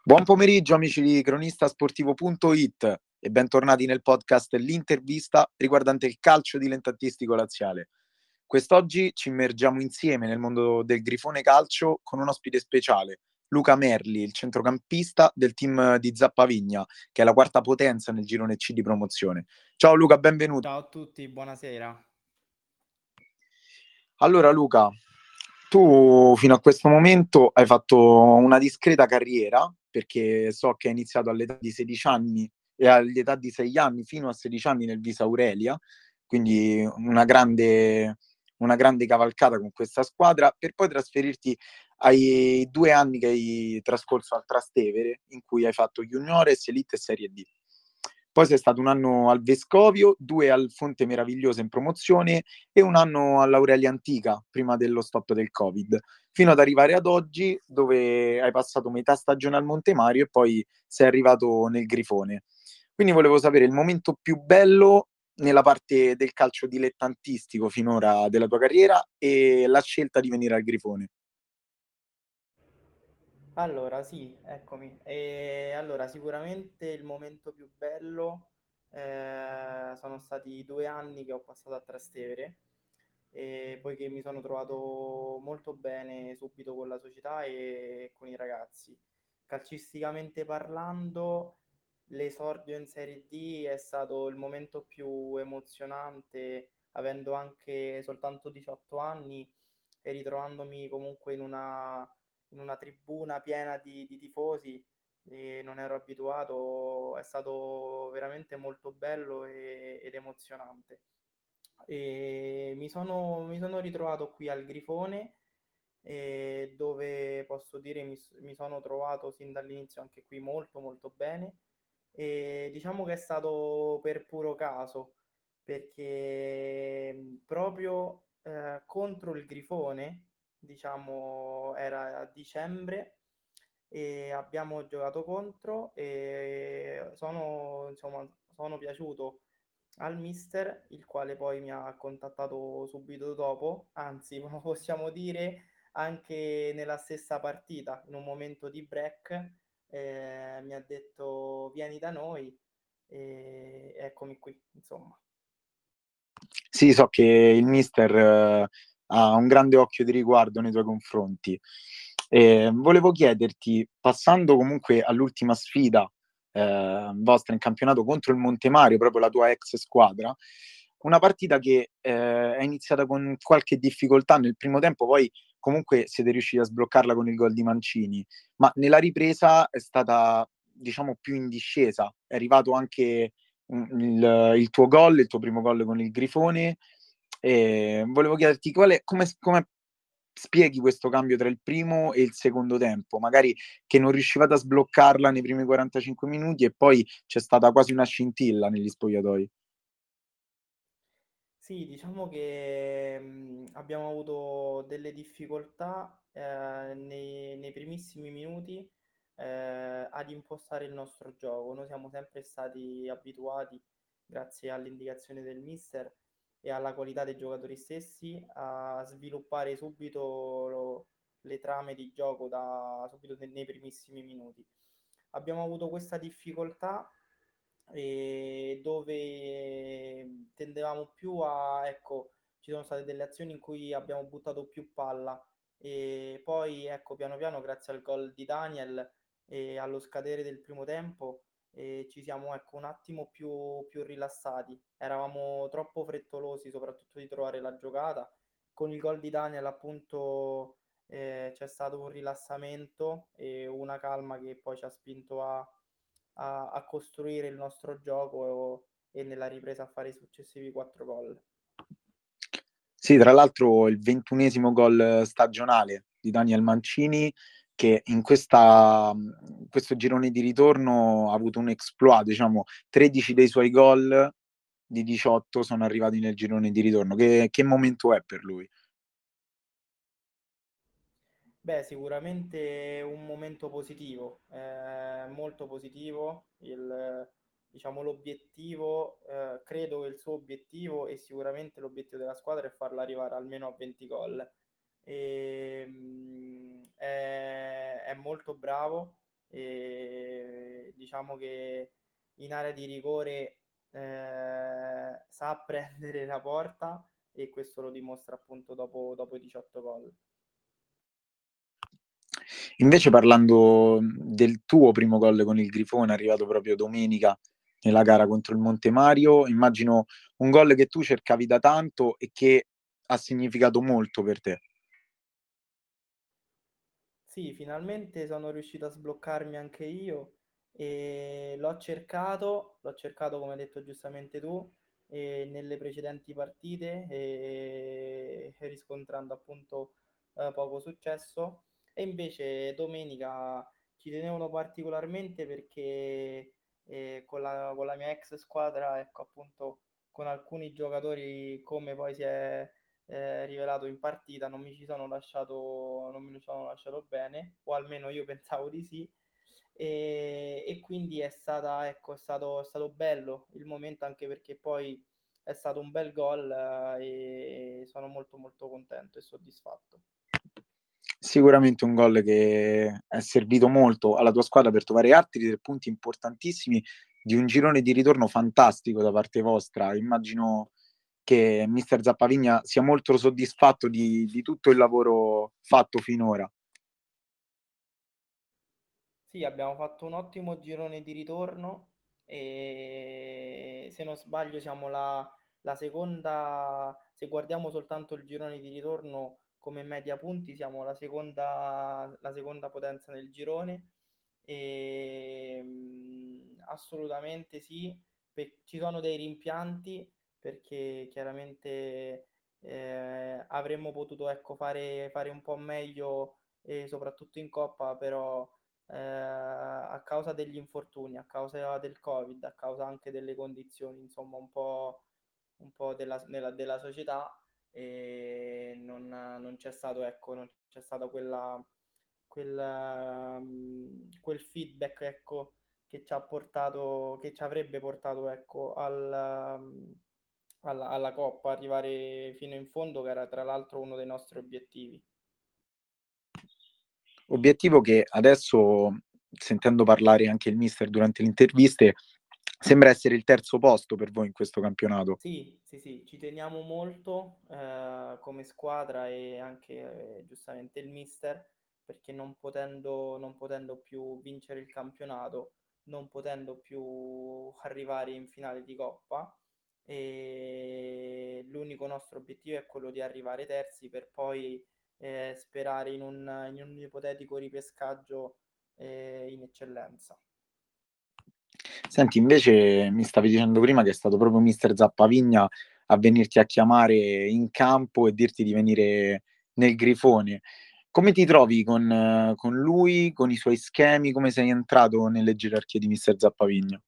Buon pomeriggio amici di cronistasportivo.it e bentornati nel podcast L'intervista riguardante il calcio dilettantistico laziale. Quest'oggi ci immergiamo insieme nel mondo del grifone calcio con un ospite speciale, Luca Merli, il centrocampista del team di Zappavigna, che è la quarta potenza nel girone C di promozione. Ciao Luca, benvenuto. Ciao a tutti, buonasera. Allora Luca, tu fino a questo momento hai fatto una discreta carriera, perché so che hai iniziato all'età di 16 anni e all'età di 6 anni fino a 16 anni nel Visa Aurelia, quindi una grande cavalcata con questa squadra, per poi trasferirti ai 2 anni che hai trascorso al Trastevere, in cui hai fatto Juniores, Elite e Serie D. Poi sei stato un anno al Vescovio, 2 al Fonte Meravigliosa in promozione e un anno all'Aurelia Antica, prima dello stop del Covid, fino ad arrivare ad oggi, dove hai passato metà stagione al Montemario e poi sei arrivato nel Grifone. Quindi volevo sapere il momento più bello nella parte del calcio dilettantistico finora della tua carriera e la scelta di venire al Grifone. Allora, sì, eccomi. Allora, sicuramente il momento più bello sono stati i 2 anni che ho passato a Trastevere, poiché mi sono trovato molto bene subito con la società e con i ragazzi. Calcisticamente parlando, l'esordio in Serie D è stato il momento più emozionante, avendo anche soltanto 18 anni e ritrovandomi comunque in una tribuna piena di tifosi e non ero abituato, è stato veramente molto bello ed emozionante. E mi sono ritrovato qui al Grifone, dove posso dire mi sono trovato sin dall'inizio anche qui molto molto bene. E diciamo che è stato per puro caso, perché proprio contro il Grifone, diciamo, era a dicembre e abbiamo giocato contro e sono piaciuto al mister, il quale poi mi ha contattato subito dopo, anzi, possiamo dire anche nella stessa partita, in un momento di break, mi ha detto vieni da noi e eccomi qui, insomma. Sì, so che il mister ha un grande occhio di riguardo nei tuoi confronti. Volevo chiederti, passando comunque all'ultima sfida vostra in campionato contro il Montemario, proprio la tua ex squadra, una partita che è iniziata con qualche difficoltà nel primo tempo, poi comunque siete riusciti a sbloccarla con il gol di Mancini, ma nella ripresa è stata, diciamo, più in discesa. È arrivato anche il tuo gol, il tuo primo gol con il Grifone. E volevo chiederti come spieghi questo cambio tra il primo e il secondo tempo, magari che non riuscivate a sbloccarla nei primi 45 minuti e poi c'è stata quasi una scintilla negli spogliatoi. Sì, diciamo che abbiamo avuto delle difficoltà nei primissimi minuti ad impostare il nostro gioco. Noi siamo sempre stati abituati, grazie alle indicazioni del mister e alla qualità dei giocatori stessi, a sviluppare subito le trame di gioco da subito nei primissimi minuti. Abbiamo avuto questa difficoltà e dove tendevamo più a, ecco, ci sono state delle azioni in cui abbiamo buttato più palla e poi, ecco, piano piano, grazie al gol di Daniel e allo scadere del primo tempo, ci siamo, ecco, un attimo più rilassati. Eravamo troppo frettolosi, soprattutto di trovare la giocata. Con il gol di Daniel, appunto, c'è stato un rilassamento e una calma che poi ci ha spinto a costruire il nostro gioco e nella ripresa a fare i successivi 4 gol. Sì, tra l'altro il 21esimo gol stagionale di Daniel Mancini che in questo girone di ritorno ha avuto un exploit, diciamo 13 dei suoi gol di 18 sono arrivati nel girone di ritorno. Che momento è per lui? Beh, sicuramente un momento positivo, molto positivo. Diciamo, l'obiettivo, credo che il suo obiettivo e sicuramente l'obiettivo della squadra è farla arrivare almeno a 20 gol. È molto bravo, e diciamo che in area di rigore sa prendere la porta e questo lo dimostra appunto dopo i 18 gol. Invece parlando del tuo primo gol con il Grifone, arrivato proprio domenica nella gara contro il Montemario, immagino un gol che tu cercavi da tanto e che ha significato molto per te. Sì, finalmente sono riuscito a sbloccarmi anche io e l'ho cercato come hai detto giustamente tu, nelle precedenti partite e riscontrando appunto poco successo. E invece domenica ci tenevano particolarmente perché con la mia ex squadra, ecco appunto con alcuni giocatori come poi si è rivelato in partita, non me ci sono lasciato bene, o almeno io pensavo di sì. E quindi è stato bello il momento anche perché poi è stato un bel gol e sono molto molto contento e soddisfatto. Sicuramente un gol che è servito molto alla tua squadra per trovare altri 3 punti importantissimi di un girone di ritorno fantastico da parte vostra. Immagino che mister Zappavigna sia molto soddisfatto di tutto il lavoro fatto finora. Sì, abbiamo fatto un ottimo girone di ritorno e se non sbaglio siamo la seconda, se guardiamo soltanto il girone di ritorno come media punti, siamo la seconda potenza nel girone e assolutamente sì, ci sono dei rimpianti perché chiaramente avremmo potuto ecco, fare un po' meglio soprattutto in Coppa, però a causa degli infortuni, a causa del Covid, a causa anche delle condizioni, insomma, un po' della società e non c'è stato, ecco, non c'è stato quel feedback, ecco, che ci ha portato, che ci avrebbe portato, ecco, alla Coppa, arrivare fino in fondo, che era tra l'altro uno dei nostri obiettivi. Obiettivo che adesso, sentendo parlare anche il mister durante le interviste, sembra essere il terzo posto per voi in questo campionato. Sì, sì, sì, ci teniamo molto come squadra e anche giustamente il mister, perché non potendo più vincere il campionato, non potendo più arrivare in finale di Coppa, e l'unico nostro obiettivo è quello di arrivare terzi per poi sperare in un ipotetico ripescaggio in eccellenza. Senti, invece mi stavi dicendo prima che è stato proprio mister Zappavigna a venirti a chiamare in campo e dirti di venire nel Grifone. Come ti trovi con lui, con i suoi schemi? Come sei entrato nelle gerarchie di mister Zappavigna?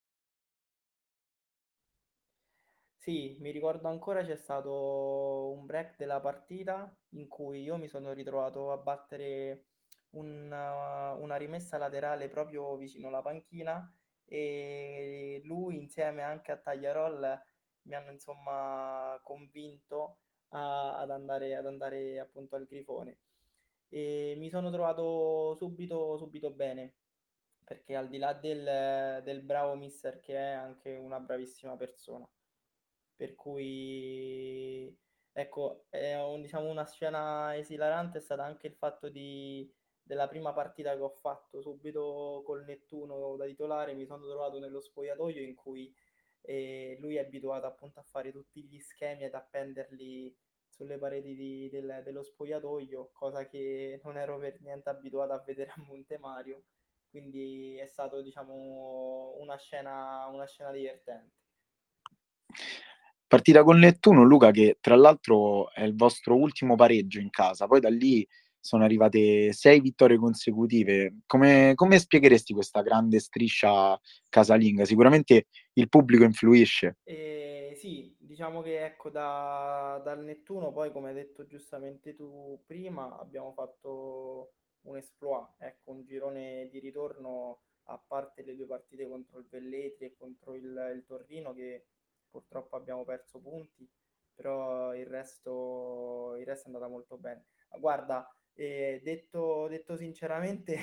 Sì, mi ricordo ancora c'è stato un break della partita in cui io mi sono ritrovato a battere una rimessa laterale proprio vicino alla panchina e lui insieme anche a Tagliarol mi hanno insomma convinto ad andare appunto al Grifone e mi sono trovato subito bene perché al di là del bravo mister che è anche una bravissima persona. Per cui, ecco, diciamo, una scena esilarante è stata anche il fatto della prima partita che ho fatto subito col Nettuno da titolare. Mi sono trovato nello spogliatoio in cui lui è abituato appunto a fare tutti gli schemi ed appenderli sulle pareti dello spogliatoio, cosa che non ero per niente abituato a vedere a Montemario. Quindi è stato, diciamo, una scena divertente. Partita con Nettuno, Luca, che tra l'altro è il vostro ultimo pareggio in casa, poi da lì sono arrivate 6 vittorie consecutive. Come spiegheresti questa grande striscia casalinga? Sicuramente il pubblico influisce. Sì, diciamo che ecco dal Nettuno poi come hai detto giustamente tu prima abbiamo fatto un exploit, ecco un girone di ritorno a parte le due partite contro il Velletri e contro il Torino che purtroppo abbiamo perso punti, però il resto è andata molto bene. Ma guarda, E detto sinceramente,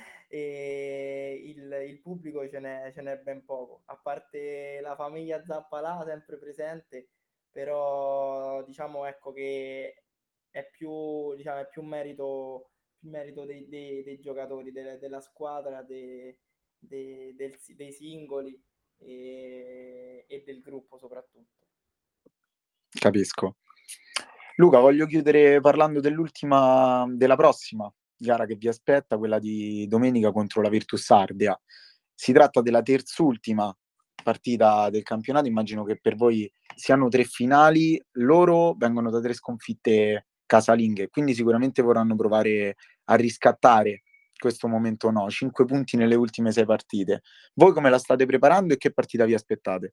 il pubblico ce n'è ben poco, a parte la famiglia Zappalà sempre presente, però diciamo ecco che è più merito dei giocatori, della squadra, dei singoli e del gruppo soprattutto. Capisco. Luca, voglio chiudere parlando della prossima gara che vi aspetta, quella di domenica contro la Virtus Ardea. Si tratta della terzultima partita del campionato, immagino che per voi siano 3 finali, loro vengono da 3 sconfitte casalinghe, quindi sicuramente vorranno provare a riscattare questo momento no, 5 punti nelle ultime 6 partite. Voi come la state preparando e che partita vi aspettate?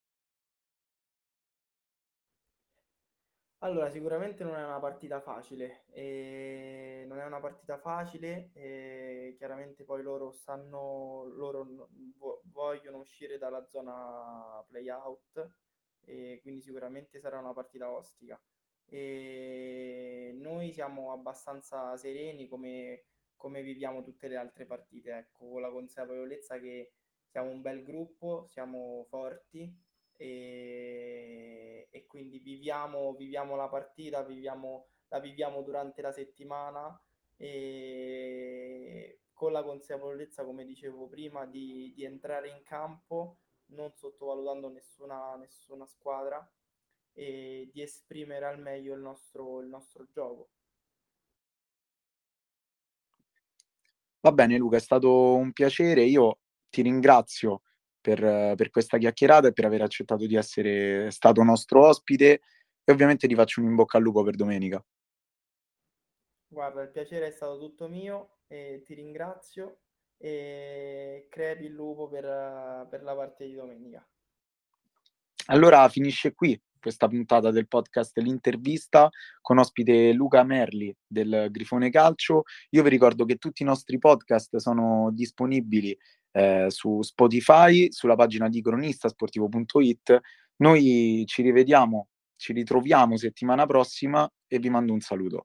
Allora, sicuramente non è una partita facile, non è una partita facile, chiaramente poi vogliono uscire dalla zona play-out, e quindi sicuramente sarà una partita ostica. E noi siamo abbastanza sereni come viviamo tutte le altre partite, ecco, con la consapevolezza che siamo un bel gruppo, siamo forti e quindi viviamo la partita, la viviamo durante la settimana e con la consapevolezza, come dicevo prima, di entrare in campo non sottovalutando nessuna squadra e di esprimere al meglio il nostro gioco. Va bene Luca, è stato un piacere, io ti ringrazio per questa chiacchierata e per aver accettato di essere stato nostro ospite e ovviamente ti faccio un in bocca al lupo per domenica. Guarda, il piacere è stato tutto mio e ti ringrazio e crepi il lupo per la partita di domenica. Allora finisce qui questa puntata del podcast L'intervista con ospite Luca Merli del Grifone Calcio. Io vi ricordo che tutti i nostri podcast sono disponibili su Spotify, sulla pagina di cronistasportivo.it. Noi ci rivediamo, ci ritroviamo settimana prossima e vi mando un saluto.